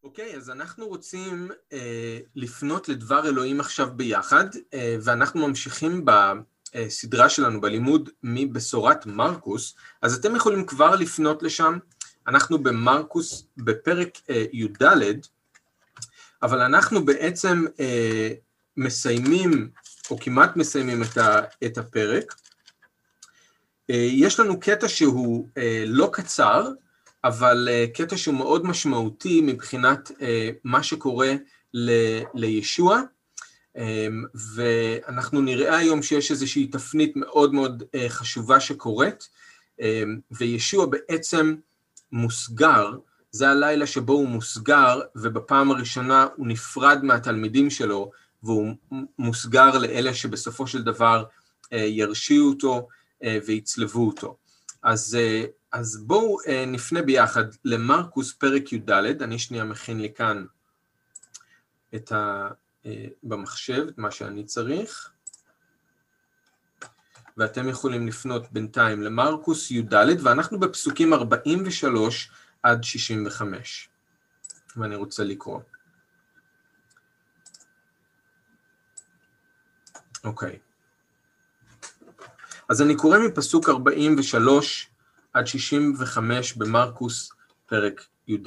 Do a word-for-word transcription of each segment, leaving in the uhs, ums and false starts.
אוקיי, אז אנחנו רוצים אה, לפנות לדבר אלוהים עכשיו ביחד, אה, ואנחנו ממשיכים בסדרה שלנו בלימוד מבשורת מרקוס, אז אתם יכולים כבר לפנות לשם. אנחנו במרקוס בפרק אה, י"ד, אבל אנחנו בעצם אה, מסיימים, או כמעט מסיימים את, ה, את הפרק. אה, יש לנו קטע שהוא אה, לא קצר, אבל uh, קטע שהוא מאוד משמעותי מבחינת uh, מה שקורה ל- לישוע, um, ואנחנו נראה היום שיש איזושהי תפנית מאוד מאוד uh, חשובה שקורית, um, וישוע בעצם מוסגר, זה הלילה שבו הוא מוסגר, ובפעם הראשונה הוא נפרד מהתלמידים שלו, והוא מוסגר לאלה שבסופו של דבר uh, ירשיעו אותו uh, ויצלבו אותו. אז uh, אז בואו נפנה ביחד למרקוס פרק י"ד, אני שנייה מכין לי כאן את ה, במחשב, את מה שאני צריך, ואתם יכולים לפנות בינתיים למרקוס י"ד, ואנחנו בפסוקים ארבעים ושלוש עד שישים וחמש, ואני רוצה לקרוא. אוקיי. אז אני קורא מפסוק ארבעים ושלוש עד שישים וחמש במרקוס פרק י"ד.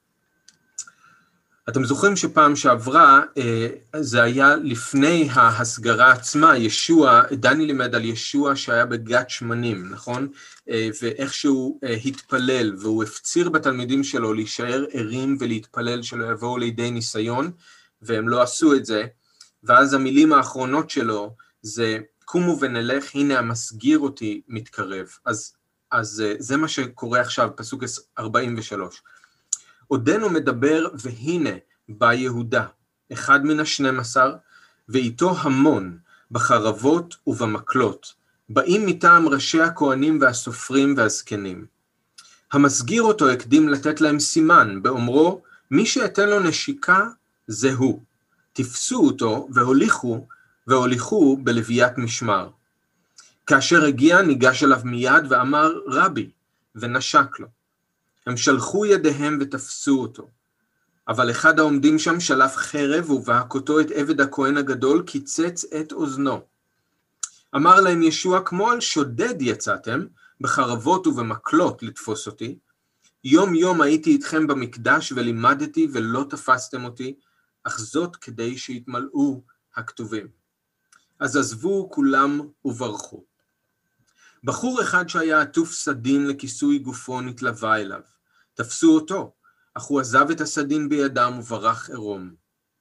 אתם זוכרים שפעם שעברה, זה היה לפני ההסגרה עצמה, ישוע, דני לימד על ישוע שהיה בגת שמנים, נכון? ואיכשהו התפלל, והוא הפציר בתלמידים שלו להישאר ערים ולהתפלל שלא יבואו לידי ניסיון, והם לא עשו את זה, ואז המילים האחרונות שלו זה, קומו ונלך, הנה המסגיר אותי מתקרב. אז אז זה מה שקורה עכשיו, פסוק ארבעים ושלוש. עודנו מדבר, והנה בא יהודה, אחד מן השנים עשר, ואיתו המון, בחרבות ובמקלות, באים מטעם ראשי הכהנים והסופרים והזקנים. המסגיר אותו הקדים לתת להם סימן, באומרו, מי שיתן לו נשיקה זה הוא. תפסו אותו והוליכו, והוליכו בלוויית משמר. כאשר הגיע, ניגש אליו מיד ואמר, רבי, ונשק לו. הם שלחו ידיהם ותפסו אותו. אבל אחד העומדים שם שלף חרב, ובהכותו את עבד הכהן הגדול, קיצץ את אוזנו. אמר להם ישוע, כמו על שודד יצאתם, בחרבות ובמקלות לתפוס אותי. יום יום הייתי איתכם במקדש ולימדתי ולא תפסתם אותי, אך זאת כדי שיתמלאו הכתובים. אז עזבו כולם וברחו. בחור אחד שהיה עטוף סדין לכיסוי גופו נתלווה אליו. תפסו אותו, אך הוא עזב את הסדין בידם וברח עירום.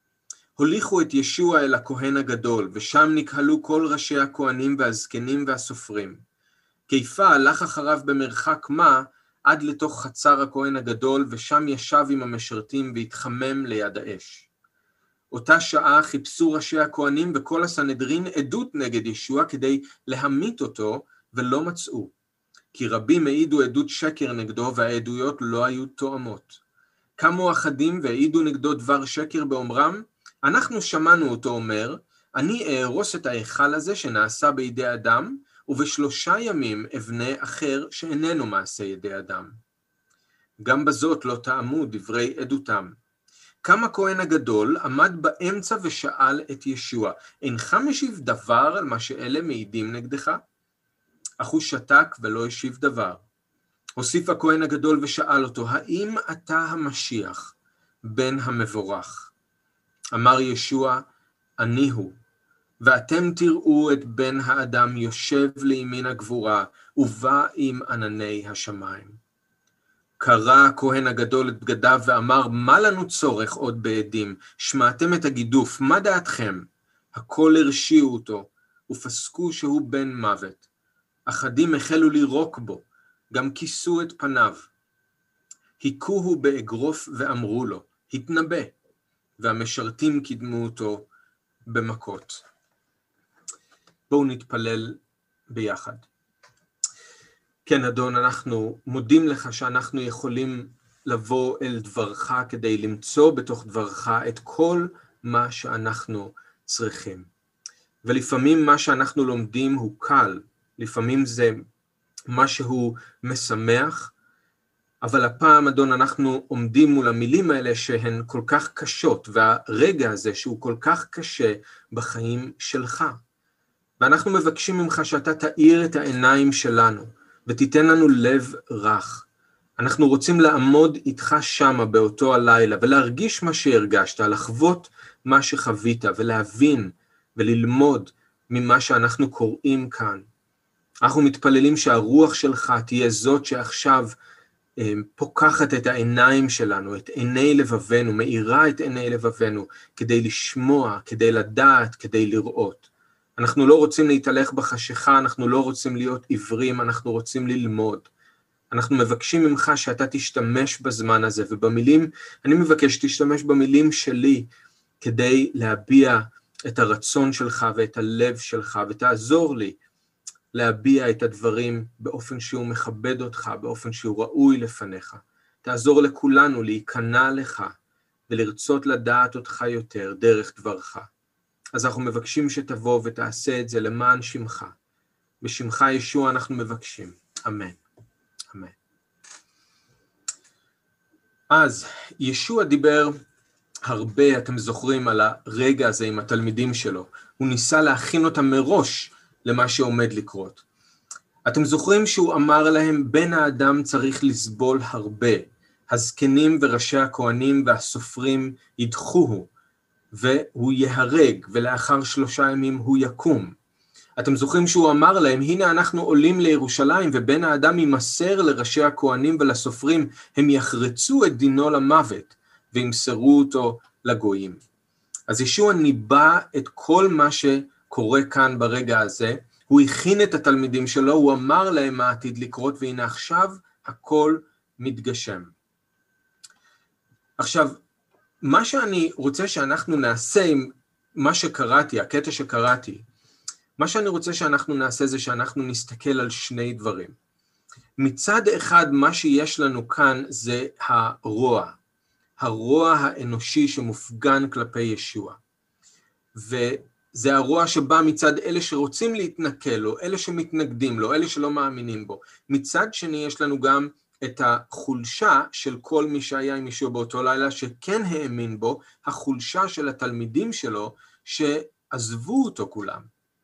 הוליכו את ישוע אל הכהן הגדול, ושם נקהלו כל ראשי הכהנים והזקנים והסופרים. כיפה הלך אחריו במרחק מה עד לתוך חצר הכהן הגדול, ושם ישב עם המשרתים והתחמם ליד האש. אותה שעה חיפשו ראשי הכהנים וכל הסנהדרין עדות נגד ישוע כדי להמית אותו, ולא מצאו, כי רבים העידו עדות שקר נגדו, והעדויות לא היו תואמות. קמו אחדים והעידו נגדו דבר שקר באומרם, אנחנו שמענו אותו אומר, אני אהרוס את ההיכל הזה שנעשה בידי אדם, ובשלושה ימים אבנה אחר שאיננו מעשה ידי אדם. גם בזאת לא טעמו דברי עדותם. קם הכהן הגדול, עמד באמצע ושאל את ישוע, אינך משיב דבר על מה שאלה מעידים נגדך? אך הוא שתק ולא השיב דבר. הוסיף הכהן הגדול ושאל אותו, האם אתה המשיח, בן המבורך? אמר ישוע, אני הוא, ואתם תראו את בן האדם יושב לימין הגבורה, ובא עם ענני השמיים. קרא הכהן הגדול את בגדיו ואמר, מה לנו צורך עוד בעדים? שמעתם את הגידוף, מה דעתכם? הכל הרשיעו אותו, ופסקו שהוא בן מוות. אחדים החלו לירוק בו, גם כיסו את פניו. היכוהו באגרוף ואמרו לו, התנבא, והמשרתים קידמו אותו במכות. בואו נתפלל ביחד. כן, אדון, אנחנו מודים לך שאנחנו יכולים לבוא אל דברך כדי למצוא בתוך דברך את כל מה שאנחנו צריכים. ולפעמים מה שאנחנו לומדים הוא קל, לפעמים זה משהו משמח, אבל הפעם, אדון, אנחנו עומדים מול המילים האלה שהן כל כך קשות, והרגע הזה שהוא כל כך קשה בחיים שלך. ואנחנו מבקשים ממך שאתה תאיר את העיניים שלנו, ותיתן לנו לב רך. אנחנו רוצים לעמוד איתך שמה באותו הלילה, ולהרגיש מה שהרגשת, לחוות מה שחווית, ולהבין וללמוד ממה שאנחנו קוראים כאן. אנחנו מתפללים שהרוח שלך תהיה זאת שעכשיו פוקחת את העיניים שלנו, את עיני לבבנו, מאירה את עיני לבבנו, כדי לשמוע, כדי לדעת, כדי לראות. אנחנו לא רוצים להתהלך בחשיכה, אנחנו לא רוצים להיות עיוורים, אנחנו רוצים ללמוד. אנחנו מבקשים ממך שאתה תשתמש בזמן הזה, ובמילים, אני מבקש שתשתמש במילים שלי, כדי להביע את הרצון שלך ואת הלב שלך, ותעזור לי להביע את הדברים באופן שהוא מכבד אותך, באופן שהוא ראוי לפניך. תעזור לכולנו להיכנע לך, ולרצות לדעת אותך יותר דרך דברך. אז אנחנו מבקשים שתבוא ותעשה את זה למען שמך. בשמך ישוע אנחנו מבקשים. אמן. אמן. אז ישוע דיבר הרבה, אתם זוכרים, על הרגע הזה עם התלמידים שלו. הוא ניסה להכין אותם מראש למה שעומד לקרות. אתם זוכרים שהוא אמר להם, בן האדם צריך לסבול הרבה. הזקנים וראשי הכהנים והסופרים ידחוהו, והוא יהרג, ולאחר שלושה ימים הוא יקום. אתם זוכרים שהוא אמר להם, הנה אנחנו עולים לירושלים, ובן האדם יימסר לראשי הכהנים ולסופרים, הם יחרצו את דינו למוות, וימסרו אותו לגויים. אז ישוע ניבא את כל מה שקורה כאן ברגע הזה, הוא הכין את התלמידים שלו, הוא אמר להם מה עתיד לקרות, והנה עכשיו הכל מתגשם. עכשיו, מה שאני רוצה שאנחנו נעשה עם מה שקראתי, הקטע שקראתי, מה שאני רוצה שאנחנו נעשה זה שאנחנו נסתכל על שני דברים. מצד אחד, מה שיש לנו כאן זה הרוע, הרוע האנושי שמופגן כלפי ישוע. וזה הרוע שבא מצד אלה שרוצים להתנכל לו, אלה שמתנגדים לו, אלה שלא מאמינים בו. מצד שני, יש לנו גם את החולשה של כל מי שהיה עם ישוע באותו לילה, שכן האמין בו, החולשה של התלמידים שלו, שעזבו אותו כולם.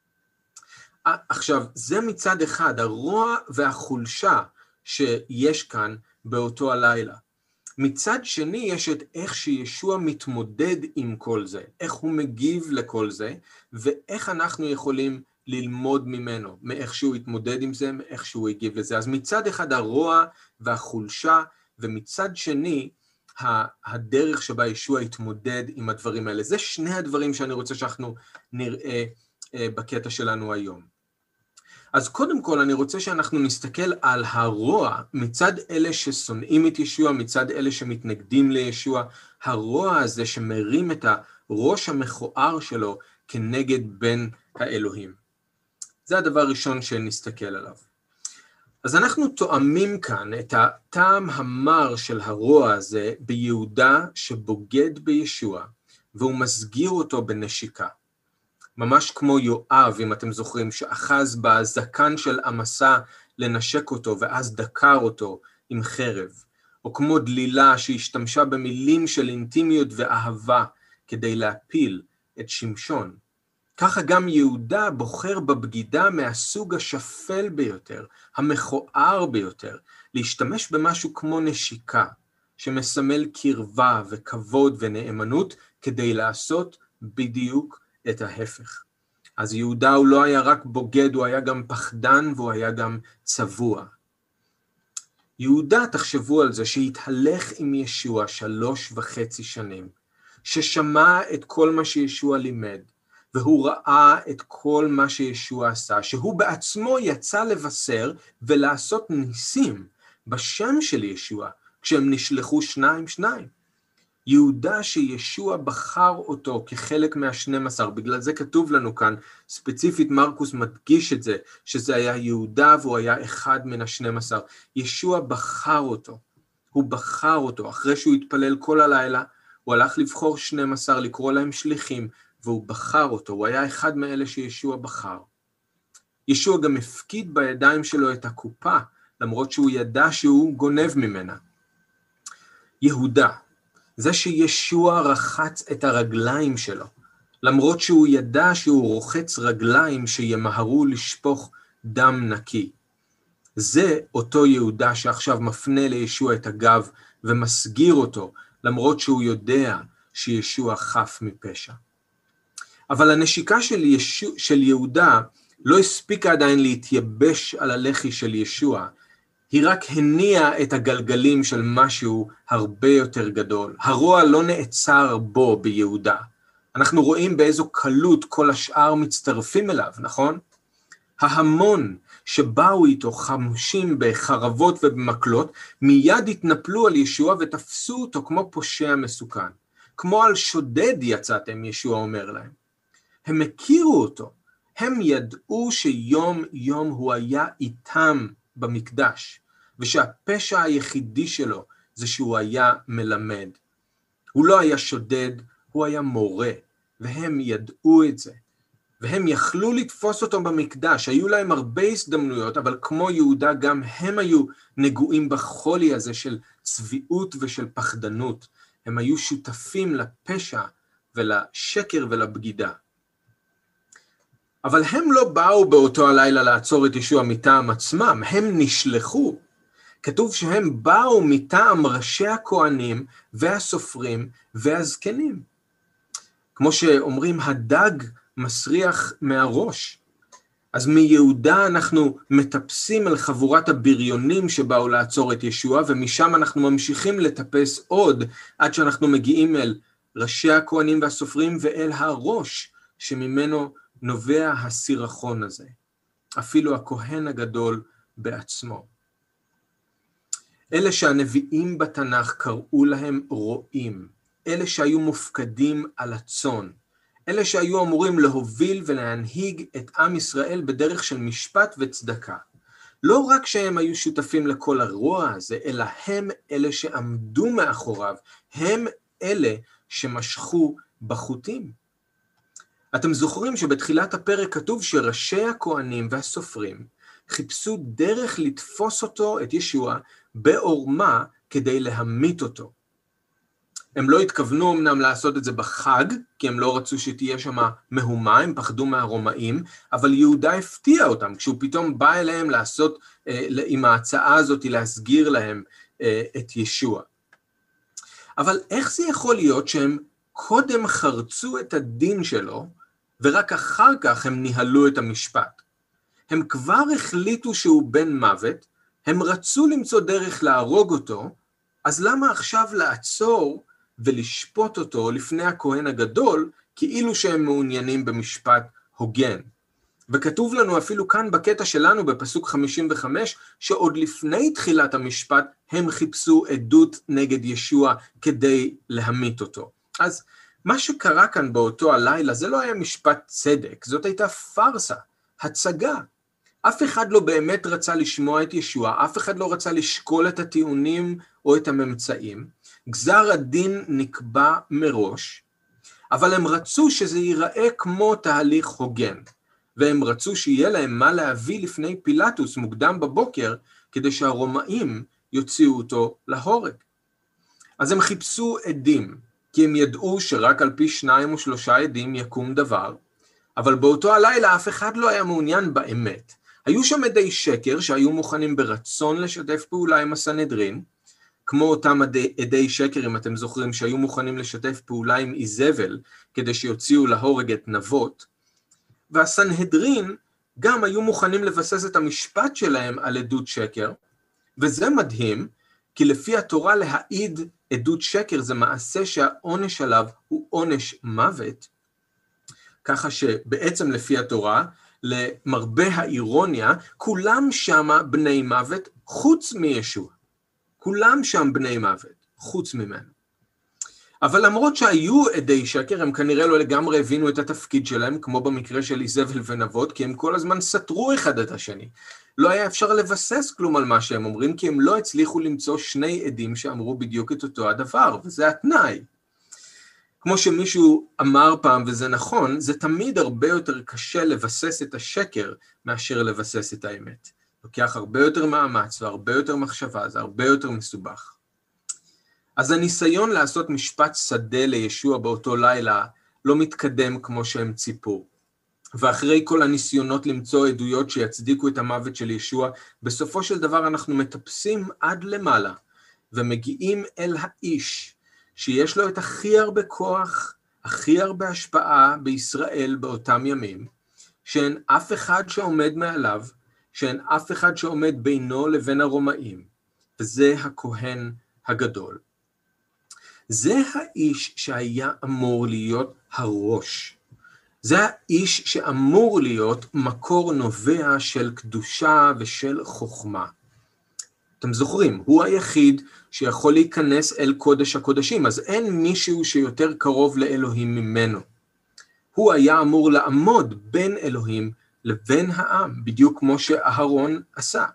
עכשיו, זה מצד אחד, הרוע והחולשה שיש כאן באותו הלילה. מצד שני, יש את איך שישוע מתמודד עם כל זה, איך הוא מגיב לכל זה, ואיך אנחנו יכולים ללמוד ממנו, מאיך שהוא התמודד עם זה, מאיך שהוא הגיב לזה. אז מצד אחד הרוע והחולשה, ומצד שני, הדרך שבה ישוע התמודד עם הדברים האלה. זה שני הדברים שאני רוצה שאנחנו נראה בקטע שלנו היום. אז קודם כל אני רוצה שאנחנו נסתכל על הרוע מצד אלה ששונאים את ישוע, מצד אלה שמתנגדים לישוע, הרוע הזה שמרים את הראש המכוער שלו כנגד בן האלוהים. זה הדבר הראשון שנסתכל עליו. אז אנחנו תואמים כאן את הטעם המר של הרוע הזה ביהודה שבוגד בישוע, והוא מסגיר אותו בנשיקה. ממש כמו יואב, אם אתם זוכרים, שאחז בזקן של אמסה לנשק אותו, ואז דקר אותו עם חרב. או כמו דלילה שהשתמשה במילים של אינטימיות ואהבה, כדי להפיל את שמשון. ככה גם יהודה בוחר בבגידה מהסוג השפל ביותר, המכוער ביותר, להשתמש במשהו כמו נשיקה, שמסמל קרבה וכבוד ונאמנות, כדי לעשות בדיוק את ההפך. אז יהודה הוא לא היה רק בוגד, הוא היה גם פחדן והוא היה גם צבוע. יהודה, תחשבו על זה, שהתהלך עם ישוע שלוש וחצי שנים, ששמע את כל מה שישוע לימד, והוא ראה את כל מה שישוע עשה, שהוא בעצמו יצא לבשר ולעשות ניסים בשם של ישוע, כשהם נשלחו שניים שניים. יהודה שישוע בחר אותו כחלק מהשנים עשר, בגלל זה כתוב לנו כאן, ספציפית מרקוס מדגיש את זה, שזה היה יהודה והוא היה אחד מן השנים עשר. ישוע בחר אותו, הוא בחר אותו, אחרי שהוא התפלל כל הלילה, הוא הלך לבחור שנים עשר, לקרוא להם שליחים, והוא בחר אותו, הוא היה אחד מאלה שישוע בחר. ישוע גם הפקיד בידיים שלו את הקופה, למרות שהוא ידע שהוא גונב ממנה. יהודה, זה שישוע רחץ את הרגליים שלו, למרות שהוא ידע שהוא רוחץ רגליים שימהרו לשפוך דם נקי. זה אותו יהודה שעכשיו מפנה לישוע את הגב ומסגיר אותו, למרות שהוא יודע שישוע חף מפשע. אבל הנשיקה של, ישוע, של יהודה לא הספיקה עדיין להתייבש על הלחי של ישוע, היא רק הניעה את הגלגלים של משהו הרבה יותר גדול. הרוע לא נעצר בו ביהודה. אנחנו רואים באיזו קלות כל השאר מצטרפים אליו, נכון? ההמון שבאו איתו חמושים בחרבות ובמקלות, מיד התנפלו על ישוע ותפסו אותו כמו פושע מסוכן. כמו על שודד יצאתם, ישוע אומר להם. הם הכירו אותו, הם ידעו שיום יום הוא היה איתם במקדש, ושהפשע היחידי שלו זה שהוא היה מלמד. הוא לא היה שודד, הוא היה מורה, והם ידעו את זה. והם יכלו לתפוס אותו במקדש, היו להם הרבה הזדמנויות, אבל כמו יהודה גם הם היו נגועים בחולי הזה של צביעות ושל פחדנות. הם היו שותפים לפשע ולשקר ולבגידה. אבל הם לא באו באותו הלילה לעצור את ישוע מטעם עצמם, הם נשלחו. כתוב שהם באו מטעם ראשי הכהנים והסופרים והזקנים. כמו שאומרים, הדג מסריח מהראש. אז מיהודה אנחנו מטפסים על חבורת הבריונים שבאו לעצור את ישוע, ומשם אנחנו ממשיכים לטפס עוד, עד שאנחנו מגיעים אל ראשי הכהנים והסופרים ואל הראש, שממנו נובע הסירחון הזה. אפילו הכהן הגדול בעצמו. אלה שהנביאים בתנ"ך קראו להם רועים, אלה שהיו מופקדים על הצאן, אלה שהיו אמורים להוביל ולהנהיג את עם ישראל בדרך של משפט וצדקה. לא רק שהם היו שותפים לכל הרוע הזה, אלא הם אלה שעמדו מאחוריו, הם אלה שמשכו בחוטים. אתם זוכרים שבתחילת הפרק כתוב שראשי הכהנים והסופרים חיפשו דרך לתפוס אותו, את ישוע, בעורמה כדי להמית אותו. הם לא התכוונו אמנם לעשות את זה בחג, כי הם לא רצו שתהיה שם מהומה, הם פחדו מהרומאים, אבל יהודה הפתיע אותם, כשהוא פתאום בא אליהם לעשות, אה, עם ההצעה הזאת, להסגיר להם אה, את ישוע. אבל איך זה יכול להיות שהם קודם חרצו את הדין שלו, ורק אחר כך הם ניהלו את המשפט? הם כבר החליטו שהוא בן מוות, הם רצו למצוא דרך להרוג אותו, אז למה עכשיו לעצור ולשפוט אותו לפני הכהן הגדול, כאילו שהם מעוניינים במשפט הוגן? וכתוב לנו אפילו כאן בקטע שלנו בפסוק חמישים וחמש, שעוד לפני תחילת המשפט הם חיפשו עדות נגד ישוע כדי להמית אותו. אז מה שקרה כאן באותו הלילה זה לא היה משפט צדק, זאת הייתה פרסה, הצגה. אף אחד לא באמת רצה לשמוע את ישוע, אף אחד לא רצה לשקול את הטיעונים או את הממצאים. גזר הדין נקבע מראש, אבל הם רצו שזה ייראה כמו תהליך הוגן, והם רצו שיהיה להם מה להביא לפני פילטוס מוקדם בבוקר, כדי שהרומאים יוציאו אותו להורג. אז הם חיפשו עדים, כי הם ידעו שרק על פי שניים או שלושה עדים יקום דבר, אבל באותו הלילה אף אחד לא היה מעוניין באמת. היו שם עדי שקר שהיו מוכנים ברצון לשתף פעולה עם הסנהדרין, כמו אותם עדי, עדי שקר, אם אתם זוכרים, שהיו מוכנים לשתף פעולה עם איזבל, כדי שיוציאו להורג את נבות, והסנהדרין גם היו מוכנים לבסס את המשפט שלהם על עדות שקר, וזה מדהים, כי לפי התורה להעיד עדות שקר זה מעשה שהעונש עליו הוא עונש מוות, ככה שבעצם לפי התורה, למרבה האירוניה, כולם שם בני מוות חוץ מישוע. כולם שם בני מוות, חוץ ממנו. אבל למרות שהיו עדי שקר, הם כנראה לא לגמרי הבינו את התפקיד שלהם, כמו במקרה של איזבל ונבות, כי הם כל הזמן סתרו אחד את השני. לא היה אפשר לבסס כלום על מה שהם אומרים, כי הם לא הצליחו למצוא שני עדים שאמרו בדיוק את אותו הדבר, וזה התנאי. כמו שמישהו אמר פעם, וזה נכון, זה תמיד הרבה יותר קשה לבסס את השקר מאשר לבסס את האמת. לוקח הרבה יותר מאמץ והרבה יותר מחשבה, זה הרבה יותר מסובך. אז הניסיון לעשות משפט שדה לישוע באותו לילה לא מתקדם כמו שהם ציפו. ואחרי כל הניסיונות למצוא עדויות שיצדיקו את המוות של ישוע, בסופו של דבר אנחנו מטפסים עד למעלה, ומגיעים אל האיש שיש לו את הכי הרבה כוח, הכי הרבה השפעה בישראל באותם ימים, שאין אף אחד שעומד מעליו, שאין אף אחד שעומד בינו לבין הרומאים, וזה הכהן הגדול. זה האיש שהיה אמור להיות הראש. זה האיש שאמור להיות מקור נובע של קדושה ושל חוכמה. אתם זוכרים, הוא היחיד שיכול להיכנס אל קודש הקודשים, אז אין מישהו שיותר קרוב לאלוהים ממנו. הוא היה אמור לעמוד בין אלוהים לבין העם, בדיוק כמו שאהרון עשה.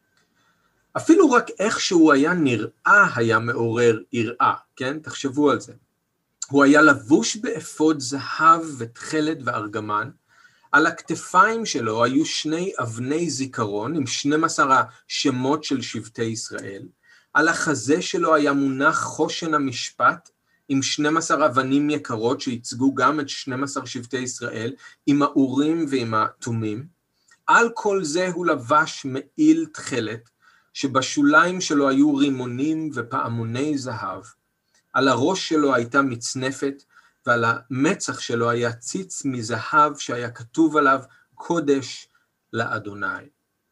אפילו רק איך שהוא היה נראה היה מעורר יראה, כן? תחשבו על זה. הוא היה לבוש באפוד זהב ותכלת וארגמן, על הכתפיים שלו היו שני אבני זיכרון עם שנים עשר השמות של שבטי ישראל, על החזה שלו היה מונח חושן המשפט עם שנים עשר אבנים יקרות שייצגו גם את שנים עשר שבטי ישראל, עם האורים ועם התומים. על כל זה הוא לבש מעיל תכלת, שבשוליים שלו היו רימונים ופעמוני זהב. על הראש שלו הייתה מצנפת, ועל המצח שלו היה ציץ מזהב שהיה כתוב עליו קודש לאדוני.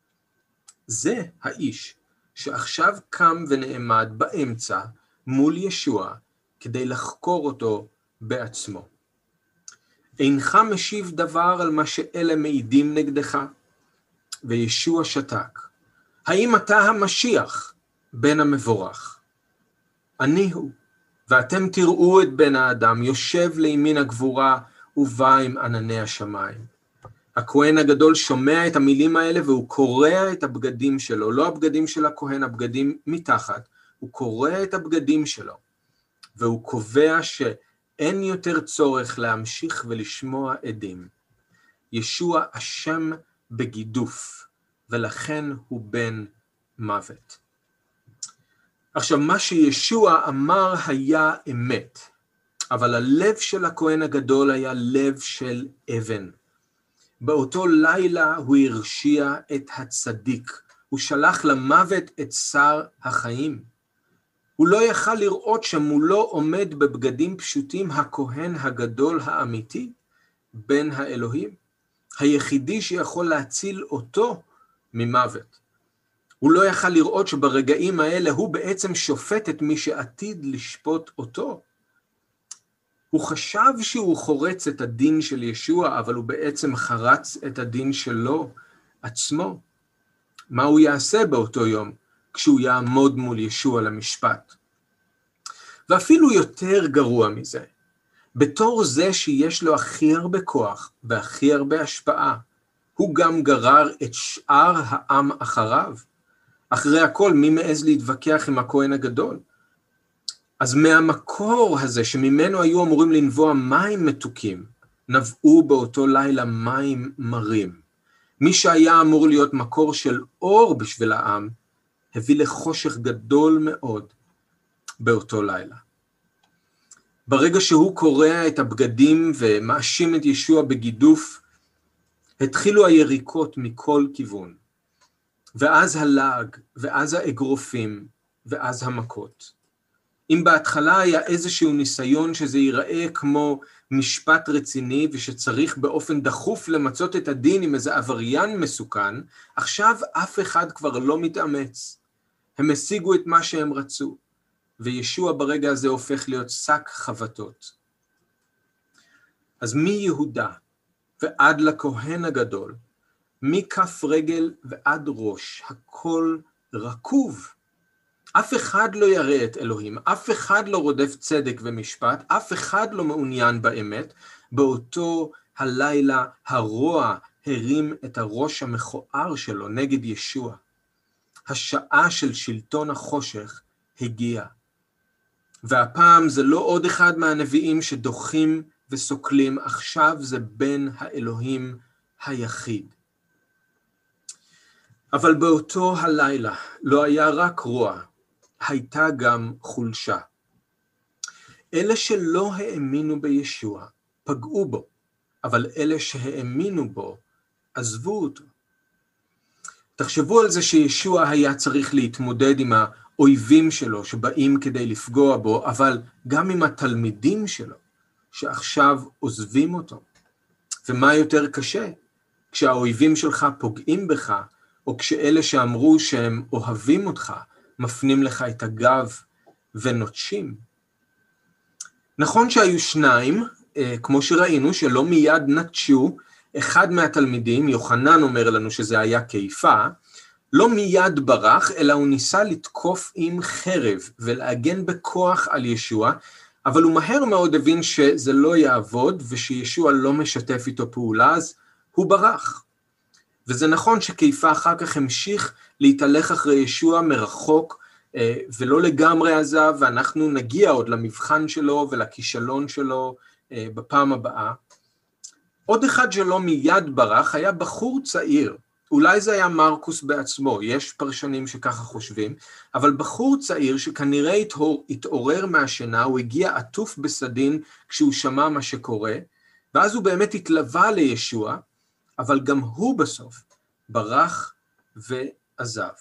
זה האיש שעכשיו קם ונעמד באמצע מול ישוע כדי לחקור אותו בעצמו. אינך משיב דבר על מה שאלה מעידים נגדך? וישוע שתק. האם אתה המשיח בן המבורך? אני הוא. ואתם תראו את בן האדם יושב לימין הגבורה ובא עם ענני השמיים. הכהן הגדול שומע את המילים האלה והוא קורע את הבגדים שלו, לא הבגדים של הכהן, הבגדים מתחת, הוא קורע את הבגדים שלו, והוא קובע שאין יותר צורך להמשיך ולשמוע עדים. ישוע אשם בגידוף, ולכן הוא בן מוות. עכשיו, מה שישוע אמר היה אמת, אבל הלב של הכהן הגדול היה לב של אבן. באותו לילה הוא הרשיע את הצדיק, הוא שלח למוות את שר החיים. הוא לא יכל לראות שמולו עומד בבגדים פשוטים הכהן הגדול האמיתי, בן האלוהים, היחידי שיכול להציל אותו ממוות. הוא לא יכל לראות שברגעים האלה הוא בעצם שופט את מי שעתיד לשפוט אותו. הוא חשב שהוא חורץ את הדין של ישוע, אבל הוא בעצם חרץ את הדין שלו עצמו. מה הוא יעשה באותו יום כשהוא יעמוד מול ישוע למשפט? ואפילו יותר גרוע מזה, בתור זה שיש לו הכי הרבה כוח והכי הרבה השפעה, הוא גם גרר את שאר העם אחריו. אחרי הכל, מי מעז להתווכח עם הכהן הגדול? אז מהמקור הזה שממנו היו אמורים לנבוע מים מתוקים, נבעו באותו לילה מים מרים. מי שהיה אמור להיות מקור של אור בשביל העם, הביא לחושך גדול מאוד באותו לילה. ברגע שהוא קורע את הבגדים ומאשים את ישוע בגידוף, התחילו היריקות מכל כיוון. ואז הלעג, ואז האגרופים, ואז המכות. אם בהתחלה היה איזשהו ניסיון שזה ייראה כמו משפט רציני, ושצריך באופן דחוף למצות את הדין עם איזה עבריין מסוכן, עכשיו אף אחד כבר לא מתאמץ. הם השיגו את מה שהם רצו, וישוע ברגע הזה הופך להיות שק חבטות. אז מיהודה ועד לכהן הגדול, מכף רגל ועד ראש, הכל רקוב. אף אחד לא יראה את אלוהים, אף אחד לא רודף צדק ומשפט, אף אחד לא מעוניין באמת. באותו הלילה הרוע הרים את הראש המכוער שלו נגד ישוע. השעה של שלטון החושך הגיעה. והפעם זה לא עוד אחד מהנביאים שדוחים וסוקלים, עכשיו זה בן האלוהים היחיד. אבל באותו הלילה לא היה רק רוע, הייתה גם חולשה. אלה שלא האמינו בישוע פגעו בו, אבל אלה שהאמינו בו עזבו אותו. תחשבו על זה שישוע היה צריך להתמודד עם האויבים שלו שבאים כדי לפגוע בו, אבל גם עם התלמידים שלו שעכשיו עוזבים אותו. ומה יותר קשה? כשהאויבים שלך פוגעים בך, או כשאלה שאמרו שהם אוהבים אותך, מפנים לך את הגב ונוטשים. נכון שהיו שניים, כמו שראינו, שלא מיד נטשו, אחד מהתלמידים, יוחנן אומר לנו שזה היה קיפה, לא מיד ברח, אלא הוא ניסה לתקוף עם חרב ולהגן בכוח על ישוע, אבל הוא מהר מאוד הבין שזה לא יעבוד, ושישוע לא משתף איתו פעולה, אז הוא ברח. וזה נכון שקיפה אחר כך המשיך להתהלך אחרי ישוע מרחוק, ולא לגמרי עזב, ואנחנו נגיע עוד למבחן שלו ולכישלון שלו בפעם הבאה. עוד אחד שלא מיד ברח היה בחור צעיר, אולי זה היה מרקוס בעצמו, יש פרשנים שככה חושבים, אבל בחור צעיר שכנראה התעור, התעורר מהשינה, הוא הגיע עטוף בסדין כשהוא שמע מה שקורה, ואז הוא באמת התלווה לישוע, אבל גם הוא בסוף ברח ועזב.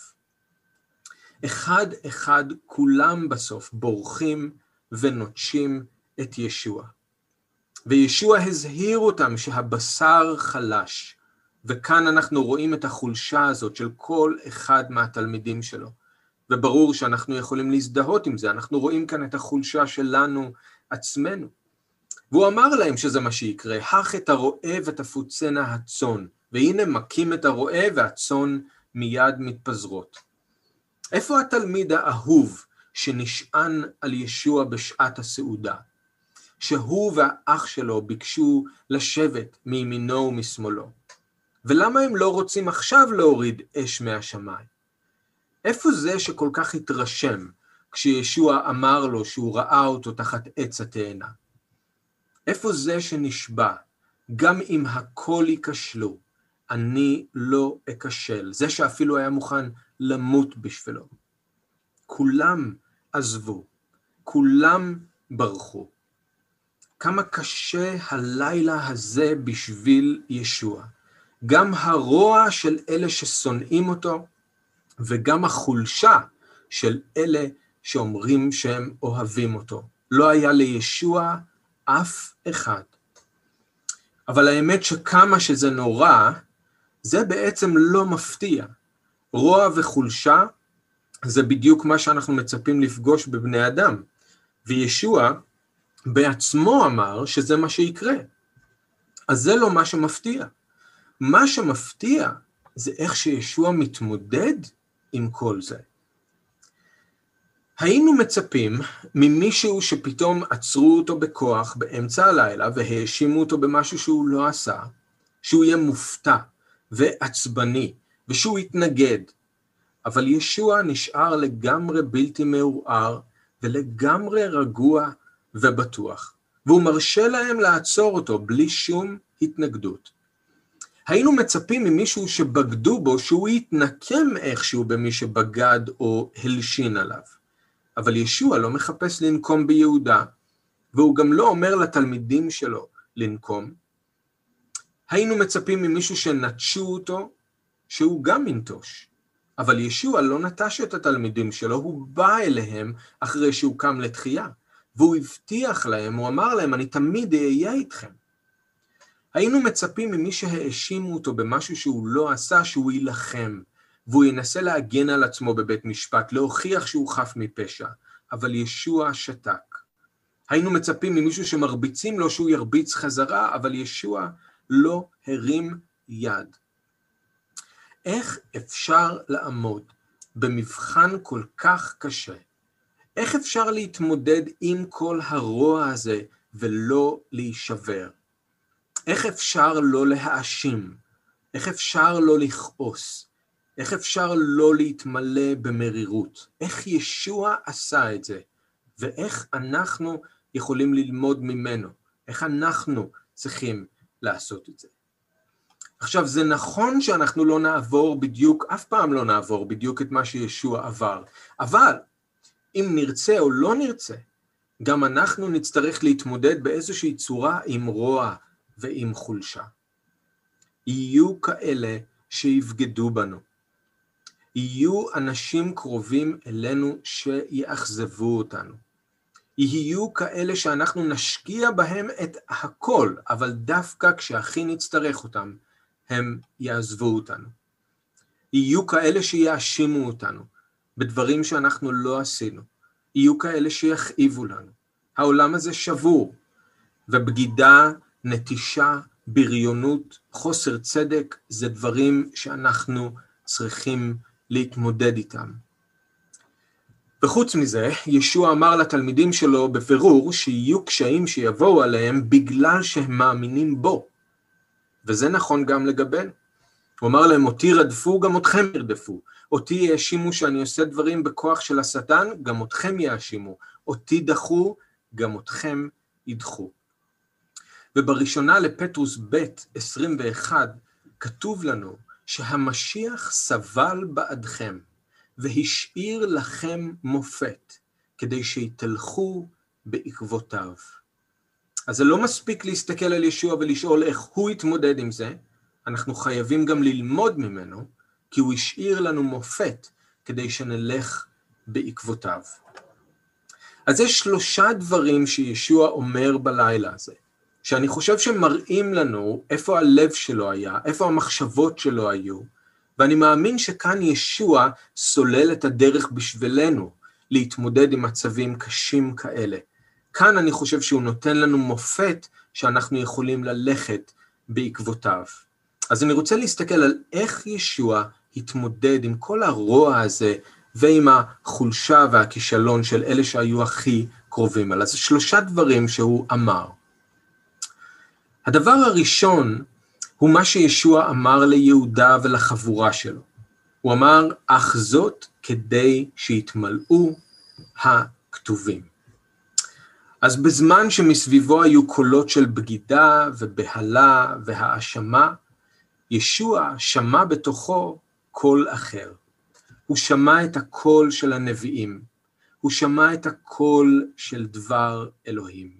אחד אחד כולם בסוף בורחים ונוטשים את ישוע. וישוע הזהיר אותם שהבשר חלש, וכאן אנחנו רואים את החולשה הזאת של כל אחד מהתלמידים שלו. וברור שאנחנו יכולים להזדהות עם זה, אנחנו רואים כאן את החולשה שלנו עצמנו. והוא אמר להם שזה מה שיקרה, הך את הרועה ותפוצנה הצאן, והנה מכים את הרועה והצאן מיד מתפזרות. איפה התלמיד האהוב שנשען על ישוע בשעת הסעודה? שהוא והאח שלו ביקשו לשבת מימינו ומשמאלו. ולמה הם לא רוצים עכשיו להוריד אש מהשמיים? איפה זה שכל כך התרשם כשישוע אמר לו שהוא ראה אותו תחת עץ התאנה? איפה זה שנשבע, גם אם הכל ייכשלו, אני לא אכשל, זה שאפילו היה מוכן למות בשבילו. כולם עזבו, כולם ברחו. כמה קשה הלילה הזה בשביל ישוע. גם הרוע של אלה ששונאים אותו, וגם החולשה של אלה שאומרים שהם אוהבים אותו. לא היה לישוע אף אחד. אבל האמת שכמה שזה נורא, זה בעצם לא מפתיע. רוע וחולשה זה בדיוק מה שאנחנו מצפים לפגוש בבני אדם. וישוע בעצמו אמר שזה מה שיקרה. אז זה לא מה שמפתיע. מה שמפתיע זה איך שישוע מתמודד עם כל זה. היינו מצפים ממישהו שפתאום עצרו אותו בכוח באמצע הלילה והאשימו אותו במשהו שהוא לא עשה, שהוא יהיה מופתע ועצבני ושהוא יתנגד. אבל ישוע נשאר לגמרי בלתי מעורער ולגמרי רגוע ובטוח, והוא מרשה להם לעצור אותו בלי שום התנגדות. היינו מצפים ממישהו שבגדו בו שהוא יתנקם איכשהו במי שבגד או הלשין עליו. אבל ישוע לא מחפש לנקום ביהודה, והוא גם לא אומר לתלמידים שלו לנקום. היינו מצפים ממישהו שנטשו אותו, שהוא גם ינטוש. אבל ישוע לא נטש את התלמידים שלו, הוא בא אליהם אחרי שהוא קם לתחייה, והוא הבטיח להם, הוא אמר להם, אני תמיד אהיה איתכם. היינו מצפים ממי שהאשימו אותו במשהו שהוא לא עשה, שהוא ילחם, והוא ינסה להגן על עצמו בבית משפט, להוכיח שהוא חף מפשע, אבל ישוע שתק. היינו מצפים ממישהו שמרביצים לו שהוא ירביץ חזרה, אבל ישוע לא הרים יד. איך אפשר לעמוד במבחן כל כך קשה? איך אפשר להתמודד עם כל הרוע הזה ולא להישבר? איך אפשר לא להאשים? איך אפשר לא לכעוס? איך אפשר לא להתמלא במרירות? איך ישוע עשה את זה? ואיך אנחנו יכולים ללמוד ממנו? איך אנחנו צריכים לעשות את זה? עכשיו, זה נכון שאנחנו לא נעבור בדיוק, אף פעם לא נעבור בדיוק את מה שישוע עבר, אבל אם נרצה או לא נרצה, גם אנחנו נצטרך להתמודד באיזושהי צורה עם רוע ועם חולשה. יהיו כאלה שיבגדו בנו. יהיו אנשים קרובים אלינו שיאכזבו אותנו. יהיו כאלה שאנחנו נשקיע בהם את הכל, אבל דווקא כשהכי נצטרך אותם, הם יעזבו אותנו. יהיו כאלה שיאשימו אותנו בדברים שאנחנו לא עשינו. יהיו כאלה שיכאיבו לנו. העולם הזה שבור, ובגידה, נטישה, בריונות, חוסר צדק, זה דברים שאנחנו צריכים להתמודד איתם. וחוץ מזה, ישוע אמר לתלמידים שלו בפירור שיהיו קשיים שיבואו עליהם בגלל שהם מאמינים בו. וזה נכון גם לגבינו. הוא אמר להם, אותי רדפו, גם אתכם ירדפו. אותי יאשימו שאני עושה דברים בכוח של השטן, גם אתכם יאשימו. אותי דחו, גם אתכם ידחו. ובראשונה לפטרוס ב' עשרים ואחת כתוב לנו שהמשיח סבל בעדכם והשאיר לכם מופת כדי שיתלכו בעקבותיו. אז זה לא מספיק להסתכל על ישוע ולשאול איך הוא התמודד עם זה, אנחנו חייבים גם ללמוד ממנו, כי הוא השאיר לנו מופת כדי שנלך בעקבותיו. אז יש שלושה דברים שישוע אומר בלילה הזה, שאני חושב שמראים לנו איפה הלב שלו היה, איפה המחשבות שלו היו, ואני מאמין שכאן ישוע סולל את הדרך בשבילנו להתמודד עם מצבים קשים כאלה. כאן אני חושב שהוא נותן לנו מופת שאנחנו יכולים ללכת בעקבותיו. אז אני רוצה להסתכל על איך ישוע התמודד עם כל הרוע הזה, ועם החולשה והכישלון של אלה שהיו הכי קרובים עליו. אז שלושה דברים שהוא אמר. הדבר הראשון הוא מה שישוע אמר ליהודה ולחבורה שלו. הוא אמר, אך זאת כדי שיתמלאו הכתובים. אז בזמן שמסביבו היו קולות של בגידה ובהלה והאשמה, ישוע שמע בתוכו קול אחר. הוא שמע את הקול של הנביאים. הוא שמע את הקול של דבר אלוהים.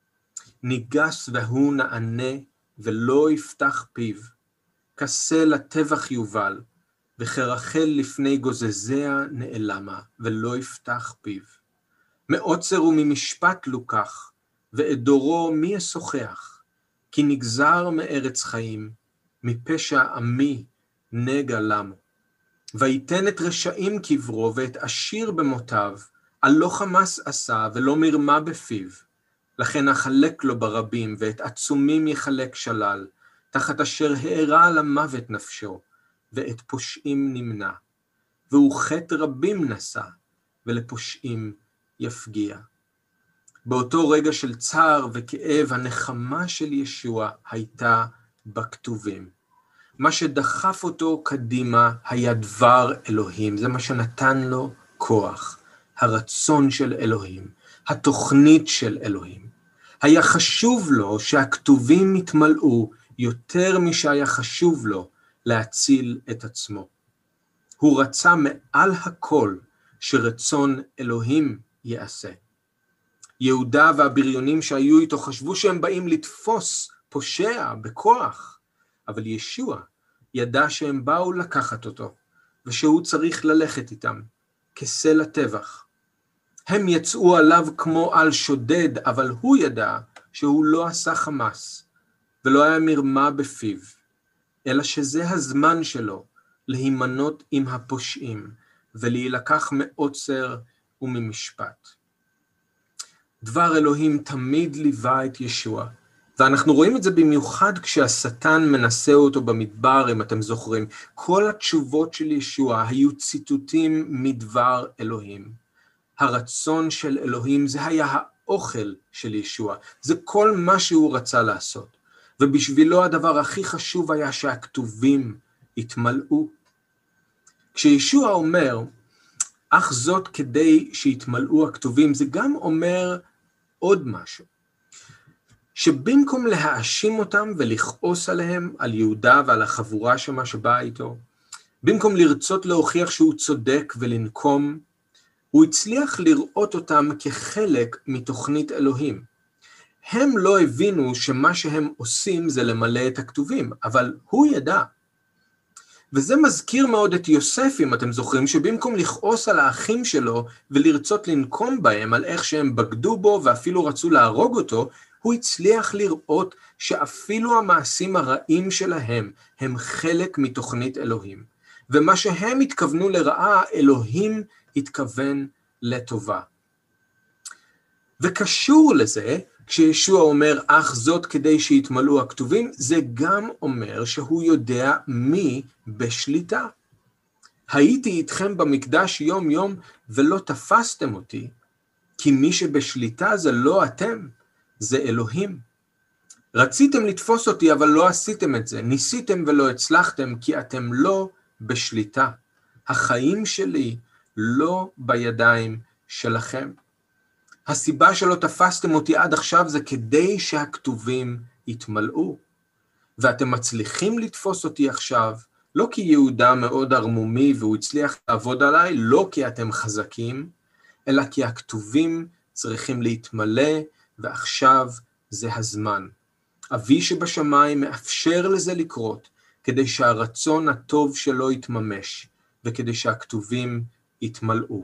ניגס והוא נענה ולא יפתח פיו. כסה לטבח יובל, וכרחל לפני גוזזיה נעלמה, ולא יפתח פיו. מעוצר וממשפט לוקח, ואדורו מי ישוחח, כי נגזר מארץ חיים, מפשע עמי נגע למו. ויתן את רשעים קברו, ואת עשיר במותיו, על לא חמס עשה ולא מרמה בפיו. לכן אחלק לו ברבים, ואת עצומים יחלק שלל, תחת אשר הערה על המוות נפשו, ואת פושעים נמנע. והוא חטא רבים נשא, ולפושעים יפגיע. באותו רגע של צער וכאב, הנחמה של ישוע הייתה בכתובים. מה שדחף אותו קדימה היה דבר אלוהים, זה מה שנתן לו כוח, הרצון של אלוהים, התוכנית של אלוהים. היה חשוב לו שהכתובים יתמלאו יותר משהיה חשוב לו להציל את עצמו. הוא רצה מעל הכל שרצון אלוהים יעשה. יהודה והבריונים שהיו איתו חשבו שהם באים לתפוס פושע בכוח, אבל ישוע ידע שהם באו לקחת אותו, ושהוא צריך ללכת איתם, כסלע טבח. הם יצאו עליו כמו על שודד, אבל הוא ידע שהוא לא עשה חמאס, ולא היה מרמה בפיו, אלא שזה הזמן שלו להימנות עם הפושעים, ולהילקח מעוצר וממשפט. דבר אלוהים תמיד ליווה את ישוע, ואנחנו רואים את זה במיוחד כשהשטן מנסה אותו במדבר, אם אתם זוכרים. כל התשובות של ישוע היו ציטוטים מדבר אלוהים. הרצון של אלוהים זה היה האוכל של ישוע, זה כל מה שהוא רצה לעשות. ובשבילו הדבר הכי חשוב היה שהכתובים יתמלאו. כשישוע אומר, אך זאת כדי שיתמלאו הכתובים, זה גם אומר עוד משהו. שבמקום להאשים אותם ולכעוס עליהם, על יהודה ועל החבורה שמה שבאה איתו, במקום לרצות להוכיח שהוא צודק ולנקום, הוא הצליח לראות אותם כחלק מתוכנית אלוהים. הם לא הבינו שמה שהם עושים זה למלא את הכתובים, אבל הוא ידע. וזה מזכיר מאוד את יוסף, אם אתם זוכרים, שבמקום לכעוס על האחים שלו ולרצות לנקום בהם על איך שהם בגדו בו ואפילו רצו להרוג אותו, הוא הצליח לראות שאפילו המעשים הרעים שלהם הם חלק מתוכנית אלוהים. ומה שהם התכוונו לרעה, אלוהים התכוון לטובה. וקשור לזה, כשישוע אומר, אך זאת כדי שיתמלאו הכתובים, זה גם אומר שהוא יודע מי בשליטה. הייתי איתכם במקדש יום יום ולא תפסתם אותי, כי מי שבשליטה זה לא אתם, זה אלוהים. רציתם לתפוס אותי אבל לא עשיתם את זה, ניסיתם ולא הצלחתם כי אתם לא בשליטה. החיים שלי לא בידיים שלכם. הסיבה שלא תפסתם אותי עד עכשיו זה כדי שהכתובים יתמלאו. ואתם מצליחים לתפוס אותי עכשיו, לא כי יהודה מאוד ערמומי והוא הצליח לעבוד עליי, לא כי אתם חזקים, אלא כי הכתובים צריכים להתמלא, ועכשיו זה הזמן. אבי שבשמיים מאפשר לזה לקרות, כדי שהרצון הטוב שלו יתממש, וכדי שהכתובים יתמלאו.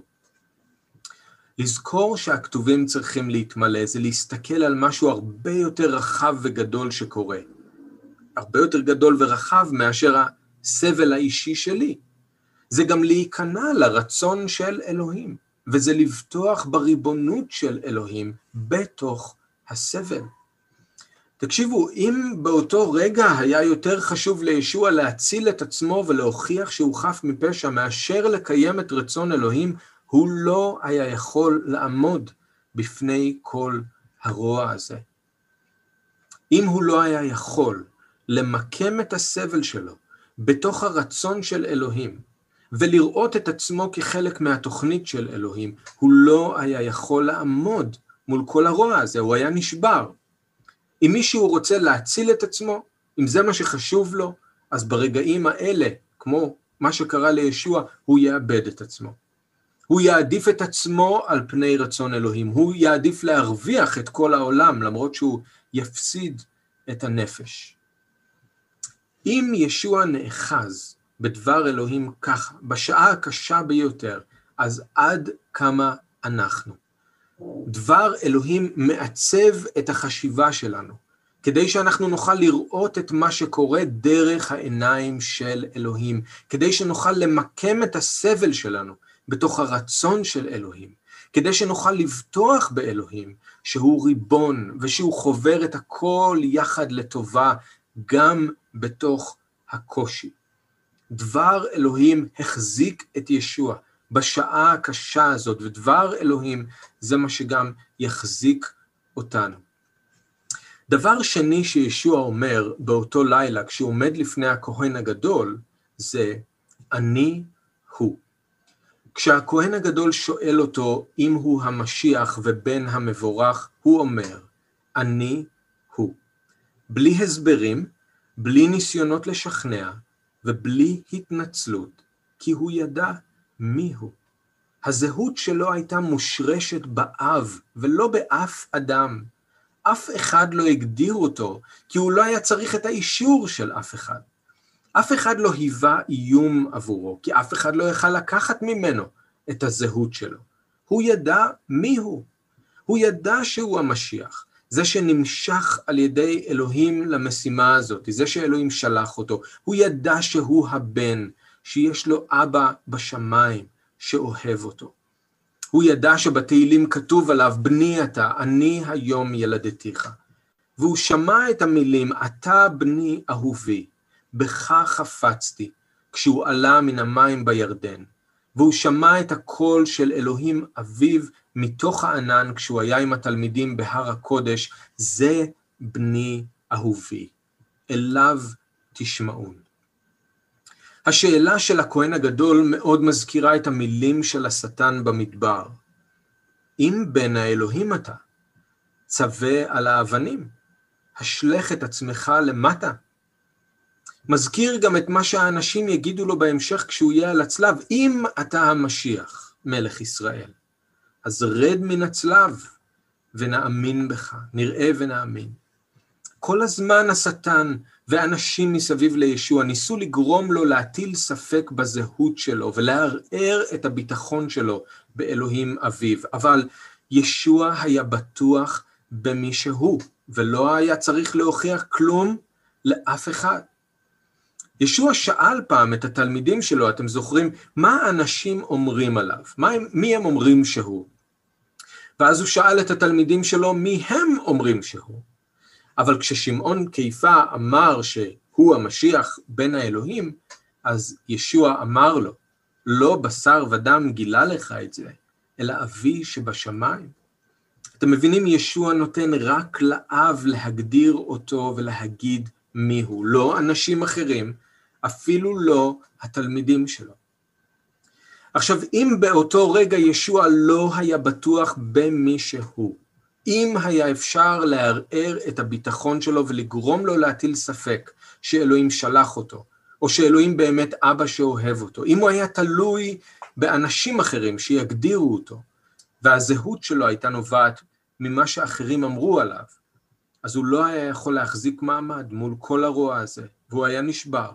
לזכור שהכתובים צריכים להתמלא, זה להסתכל על משהו הרבה יותר רחב וגדול שקורה. הרבה יותר גדול ורחב מאשר הסבל האישי שלי. זה גם להיכנע לרצון של אלוהים, וזה לבטוח בריבונות של אלוהים בתוך הסבל. תקשיבו, אם באותו רגע היה יותר חשוב לישוע להציל את עצמו ולהוכיח שהוא חף מפשע מאשר לקיים את רצון אלוהים, הוא לא היה יכול לעמוד בפני כל הרוע הזה. אם הוא לא היה יכול למקם את הסבל שלו בתוך הרצון של אלוהים, ולראות את עצמו כחלק מהתוכנית של אלוהים, הוא לא היה יכול לעמוד מול כל הרוע הזה, הוא היה נשבר. אם מישהו רוצה להציל את עצמו, אם זה מה שחשוב לו, אז ברגעים האלה, כמו מה שקרה לישוע, הוא יאבד את עצמו. הוא יעדיף את עצמו על פני רצון אלוהים, הוא יעדיף להרוויח את כל העולם, למרות שהוא יפסיד את הנפש. אם ישוע נאחז בדבר אלוהים ככה, בשעה הקשה ביותר, אז עד כמה אנחנו. דבר אלוהים מעצב את החשיבה שלנו, כדי שאנחנו נוכל לראות את מה שקורה דרך העיניים של אלוהים, כדי שנוכל למקם את הסבל שלנו בתוך הרצון של אלוהים, כדי שנוכל לבטוח באלוהים שהוא ריבון ושהוא חובר את הכל יחד לטובה גם בתוך הקושי. דבר אלוהים החזיק את ישוע בשעה הקשה הזאת, ודבר אלוהים זה מה שגם יחזיק אותנו. דבר שני שישוע אומר באותו לילה, כשהוא עומד לפני הכהן הגדול, זה אני הוא. כשהכהן הגדול שואל אותו אם הוא המשיח ובן המבורך, הוא אומר, אני הוא. בלי הסברים, בלי ניסיונות לשכנע, ובלי התנצלות, כי הוא ידע מי הוא. הזהות שלו הייתה מושרשת באב, ולא באף אדם. אף אחד לא הגדיר אותו, כי הוא לא היה צריך את האישור של אף אחד. אף אחד לא היווה איום עבורו, כי אף אחד לא יכל לקחת ממנו את הזהות שלו. הוא ידע מי הוא. הוא ידע שהוא המשיח, זה שנמשך על ידי אלוהים למשימה הזאת, זה שאלוהים שלח אותו. הוא ידע שהוא הבן, שיש לו אבא בשמיים שאוהב אותו. הוא ידע שבתהילים כתוב עליו, בני אתה, אני היום ילדתיך. והוא שמע את המילים, אתה בני אהובי, בך חפצתי, כשהוא עלה מן המים בירדן. והוא שמע את הקול של אלוהים אביו מתוך הענן, כשהוא היה עם התלמידים בהר הקודש, זה בני אהובי, אליו תשמעון. השאלה של הכהן הגדול מאוד מזכירה את המילים של השטן במדבר. אם בן האלוהים אתה, צווה על האבנים. השלך את עצמך למטה. מזכיר גם את מה שהאנשים יגידו לו בהמשך כשהוא יהיה על הצלב, אם אתה המשיח, מלך ישראל, אז רד מן הצלב ונאמין בך, נראה ונאמין. כל הזמן השטן ואנשים מסביב לישוע ניסו לגרום לו להטיל ספק בזהות שלו ולערער את הביטחון שלו באלוהים אביו, אבל ישוע היה בטוח במי שהוא, ולא היה צריך להוכיח כלום לאף אחד. ישוע שאל פעם את התלמידים שלו, אתם זוכרים, מה האנשים אומרים עליו? מה הם, מי הם אומרים שהוא? ואז הוא שאל את התלמידים שלו, מי הם אומרים שהוא? אבל כששמעון קיפה אמר שהוא המשיח בן האלוהים, אז ישוע אמר לו, לא בשר ודם גילה לך את זה, אלא אבי שבשמיים. אתם מבינים, ישוע נותן רק לאב להגדיר אותו ולהגיד מיהו, לא אנשים אחרים, אפילו לא התלמידים שלו. עכשיו, אם באותו רגע ישוע לא היה בטוח במי שהוא, אם היה אפשר לערער את הביטחון שלו ולגרום לו להטיל ספק שאלוהים שלח אותו, או שאלוהים באמת אבא שאוהב אותו, אם הוא היה תלוי באנשים אחרים שיגדירו אותו, והזהות שלו הייתה נובעת ממה שאחרים אמרו עליו, אז הוא לא היה יכול להחזיק מעמד מול כל הרוע הזה, והוא היה נשבר.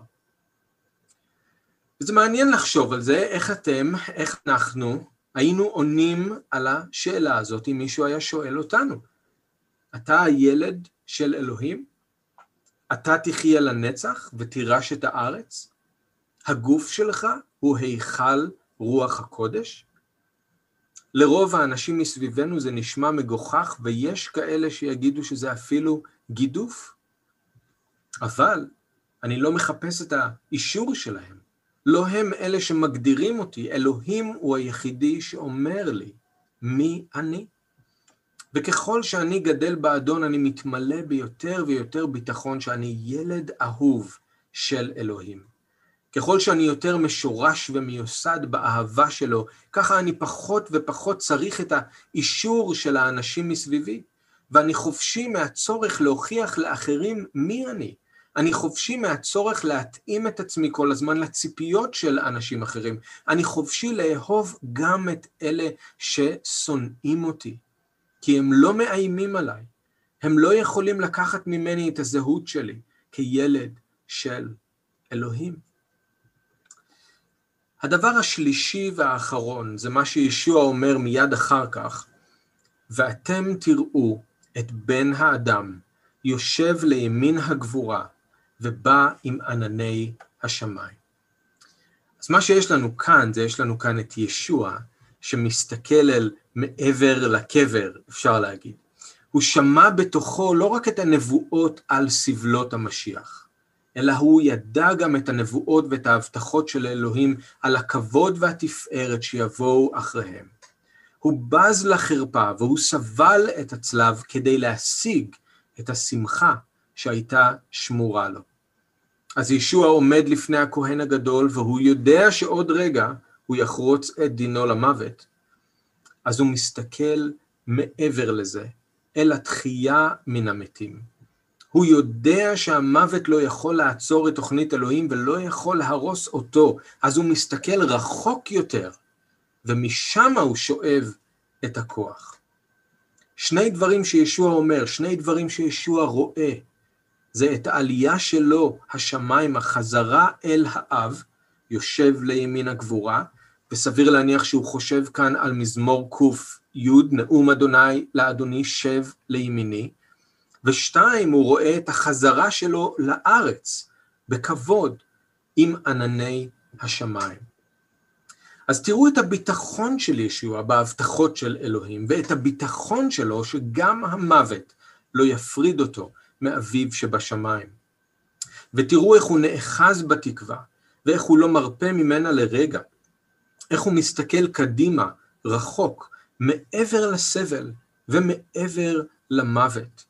וזה מעניין לחשוב על זה, איך אתם, איך אנחנו, היינו עונים על השאלה הזאת אם מישהו היה שואל אותנו. אתה הילד של אלוהים? אתה תחיה לנצח ותירש את הארץ? הגוף שלך הוא היכל רוח הקודש? לרוב האנשים מסביבנו זה נשמע מגוחך, ויש כאלה שיגידו שזה אפילו גידוף. אבל אני לא מחפש את האישור שלהם. לא הם אלה שמגדירים אותי, אלוהים הוא היחידי שאומר לי מי אני. וככל שאני גדל באדון, אני מתמלא ביותר ויותר ביטחון שאני ילד אהוב של אלוהים. ככל שאני יותר משורש ומיוסד באהבה שלו, ככה אני פחות ופחות צריך את האישור של האנשים מסביבי, ואני חופשי מהצורך להוכיח לאחרים מי אני. אני חופשי מהצורך להתאים את עצמי כל הזמן לציפיות של אנשים אחרים. אני חופשי לאהוב גם את אלה ששונאים אותי, כי הם לא מאיימים עליי. הם לא יכולים לקחת ממני את הזהות שלי כילד של אלוהים. הדבר השלישי והאחרון זה מה שישוע אומר מיד אחר כך, ואתם תראו את בן האדם יושב לימין הגבורה, ובא עם ענני השמיים. אז מה שיש לנו כאן, זה יש לנו כאן את ישוע, שמסתכל אל מעבר לקבר, אפשר להגיד. הוא שמע בתוכו לא רק את הנבואות על סבלות המשיח, אלא הוא ידע גם את הנבואות ואת ההבטחות של אלוהים על הכבוד והתפארת שיבואו אחריהם. הוא בז לחרפה והוא סבל את הצלב כדי להשיג את השמחה שהייתה שמורה לו. אז ישוע עומד לפני הכהן הגדול, והוא יודע שעוד רגע הוא יחרוץ את דינו למוות. אז הוא מסתכל מעבר לזה, אל התחייה מן המתים. הוא יודע שהמוות לא יכול לעצור את תוכנית אלוהים, ולא יכול להרוס אותו. אז הוא מסתכל רחוק יותר, ומשם הוא שואב את הכוח. שני דברים שישוע אומר, שני דברים שישוע רואה, זה את העלייה שלו, השמיים, החזרה אל האב, יושב לימין הגבורה, וסביר להניח שהוא חושב כאן על מזמור קוף י', נאום אדוני לאדוני שב לימיני, ושתיים, הוא רואה את החזרה שלו לארץ, בכבוד, עם ענני השמיים. אז תראו את הביטחון של ישוע בהבטחות של אלוהים, ואת הביטחון שלו שגם המוות לא יפריד אותו, מאביו שבשמיים. ותראו איך הוא נאחז בתקווה, ואיך הוא לא מרפא ממנה לרגע, איך הוא מסתכל קדימה, רחוק, מעבר לסבל ומעבר למוות.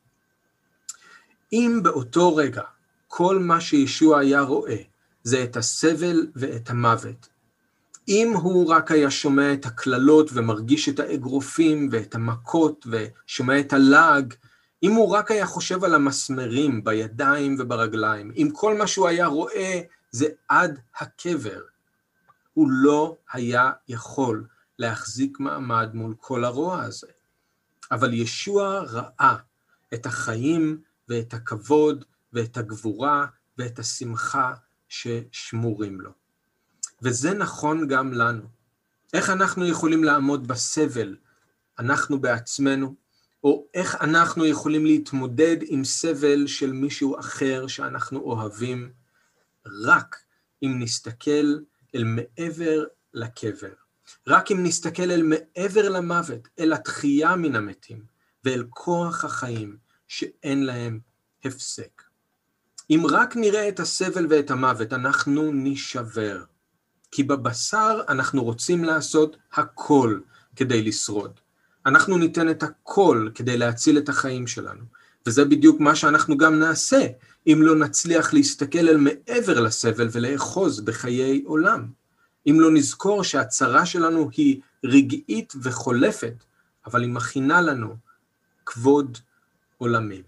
אם באותו רגע כל מה שישוע היה רואה זה את הסבל ואת המוות, אם הוא רק היה שומע את הכללות ומרגיש את האגרופים ואת המכות ושומע את הלעג, אם הוא רק היה חושב על המסמרים בידיים וברגליים, אם כל מה שהוא היה רואה זה עד הקבר, הוא לא היה יכול להחזיק מעמד מול כל הרוע הזה. אבל ישוע ראה את החיים ואת הכבוד ואת הגבורה ואת השמחה ששמורים לו. וזה נכון גם לנו. איך אנחנו יכולים לעמוד בסבל, אנחנו בעצמנו, או איך אנחנו יכולים להתמודד עם סבל של מישהו אחר שאנחנו אוהבים, רק אם נסתכל אל מעבר לקבר. רק אם נסתכל אל מעבר למוות, אל התחייה מן המתים, ואל כוח החיים שאין להם הפסק. אם רק נראה את הסבל ואת המוות, אנחנו נשבר. כי בבשר אנחנו רוצים לעשות הכל כדי לשרוד. אנחנו ניתן את הכל כדי להציל את החיים שלנו. וזה בדיוק מה שאנחנו גם נעשה, אם לא נצליח להסתכל אל מעבר לסבל ולאחוז בחיי עולם. אם לא נזכור שהצרה שלנו היא רגעית וחולפת, אבל היא מכינה לנו כבוד עולמי.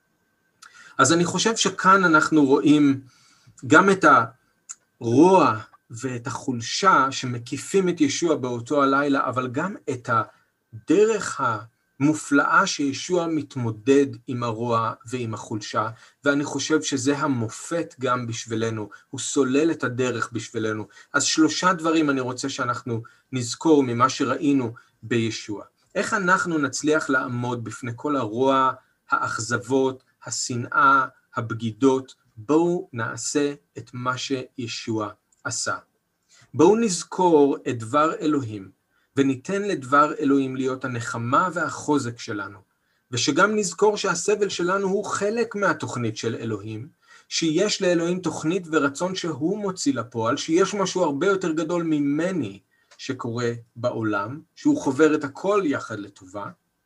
אז אני חושב שכאן אנחנו רואים גם את הרוע ואת החולשה שמקיפים את ישוע באותו הלילה, אבל גם את הדרך המופלאה שישוע מתמודד עם הרוע ועם החולשה, ואני חושב שזה המופת גם בשבילנו, הוא סולל את הדרך בשבילנו. אז שלושה דברים אני רוצה שאנחנו נזכור ממה שראינו בישוע. איך אנחנו נצליח לעמוד בפני כל הרוע, האכזבות, השנאה, הבגידות? בואו נעשה את מה שישוע עשה. בואו נזכור את דבר אלוהים, וניתן לדבר אלוהים להיות הנחמה והחוזק שלנו, ושגם נזכור שהסבל שלנו הוא חלק מהתוכנית של אלוהים, שיש לאלוהים תוכנית ורצון שהוא מוציא לפועל, שיש משהו הרבה יותר גדול ממני שקורה בעולם, שהוא חובר את הכל יחד לטובה.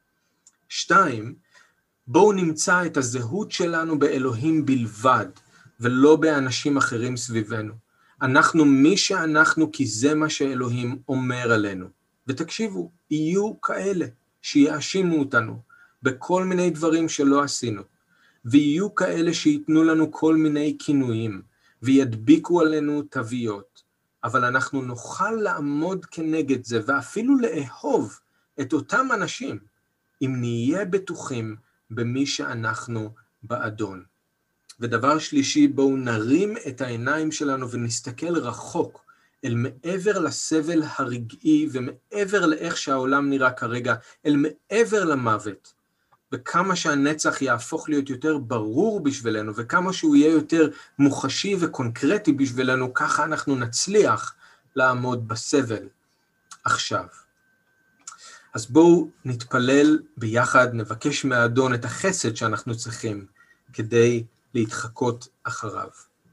שתיים, בואו נמצא את הזהות שלנו באלוהים בלבד, ולא באנשים אחרים סביבנו. אנחנו מי שאנחנו, כי זה מה שאלוהים אומר עלינו. ותקשיבו, יהיו כאלה שיאשימו אותנו בכל מיני דברים שלא עשינו, ויהיו כאלה שיתנו לנו כל מיני כינויים, וידביקו עלינו תוויות, אבל אנחנו נוכל לעמוד כנגד זה, ואפילו לאהוב את אותם אנשים, אם נהיה בטוחים במי שאנחנו באדון. ודבר שלישי, בואו נרים את העיניים שלנו ונסתכל רחוק, אל מעבר לסבל הרגעי ומעבר לאיך שהעולם נראה כרגע, אל מעבר למוות. וכמה שהנצח יהפוך להיות יותר ברור בשבילנו, וכמה שהוא יהיה יותר מוחשי וקונקרטי בשבילנו, ככה אנחנו נצליח לעמוד בסבל עכשיו. אז בואו נתפלל ביחד, נבקש מהאדון את החסד שאנחנו צריכים כדי להתחקות אחריו.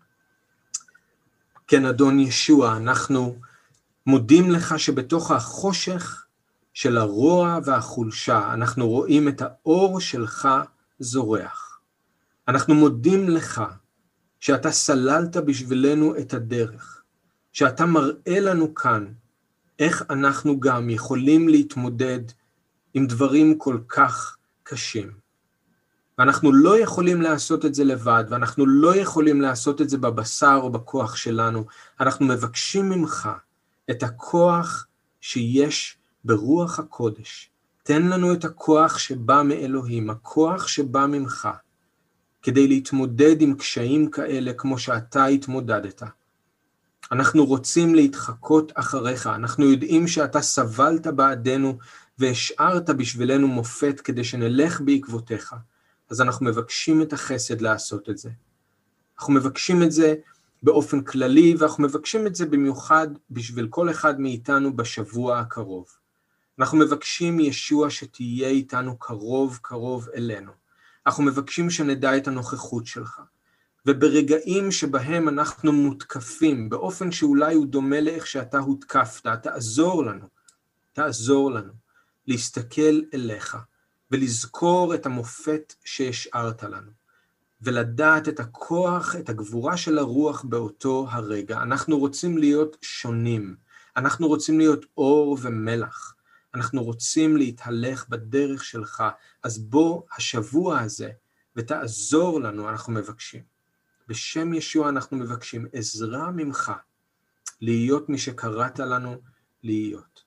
כן, אדון ישוע, אנחנו מודים לך שבתוך החושך של הרוע והחולשה, אנחנו רואים את האור שלך זורח. אנחנו מודים לך שאתה סללת בשבילנו את הדרך, שאתה מראה לנו כאן איך אנחנו גם יכולים להתמודד עם דברים כל כך קשים. ואנחנו לא יכולים לעשות את זה לבד, ואנחנו לא יכולים לעשות את זה בבשר או בכוח שלנו. אנחנו מבקשים ממך את הכוח שיש ברוח הקודש. תן לנו את הכוח שבא מאלוהים, הכוח שבא ממך, כדי להתמודד עם קשיים כאלה כמו שאתה התמודדת. אנחנו רוצים להתחקות אחריך, אנחנו יודעים שאתה סבלת בעדנו והשארת בשבילנו מופת כדי שנלך בעקבותיך. אז אנחנו מבקשים את החסד לעשות את זה. אנחנו מבקשים את זה באופן כללי, ואנחנו מבקשים את זה במיוחד בשביל כל אחד מאיתנו בשבוע הקרוב. אנחנו מבקשים ישוע שתהיה איתנו קרוב קרוב אלינו. אנחנו מבקשים שנדע את הנוכחות שלך. וברגעים שבהם אנחנו מותקפים, באופן שאולי הוא דומה לאיך שאתה הותקפת, תעזור לנו, תעזור לנו להסתכל אליך, ולזכור את המופת שהשארת לנו, ולדעת את הכוח, את הגבורה של הרוח באותו הרגע. אנחנו רוצים להיות שונים, אנחנו רוצים להיות אור ומלח, אנחנו רוצים להתהלך בדרך שלך, אז בוא השבוע הזה ותעזור לנו, אנחנו מבקשים. בשם ישוע אנחנו מבקשים עזרה ממך, להיות מי שקראת לנו להיות.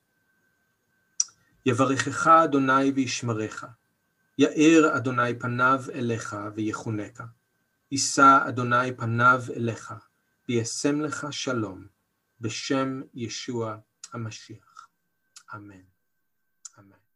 יברכך אדוני וישמרך, יאר אדוני פניו אליך ויחונקה, יישא אדוני פניו אליך וישם לך שלום, בשם ישוע המשיח. אמן. אמן.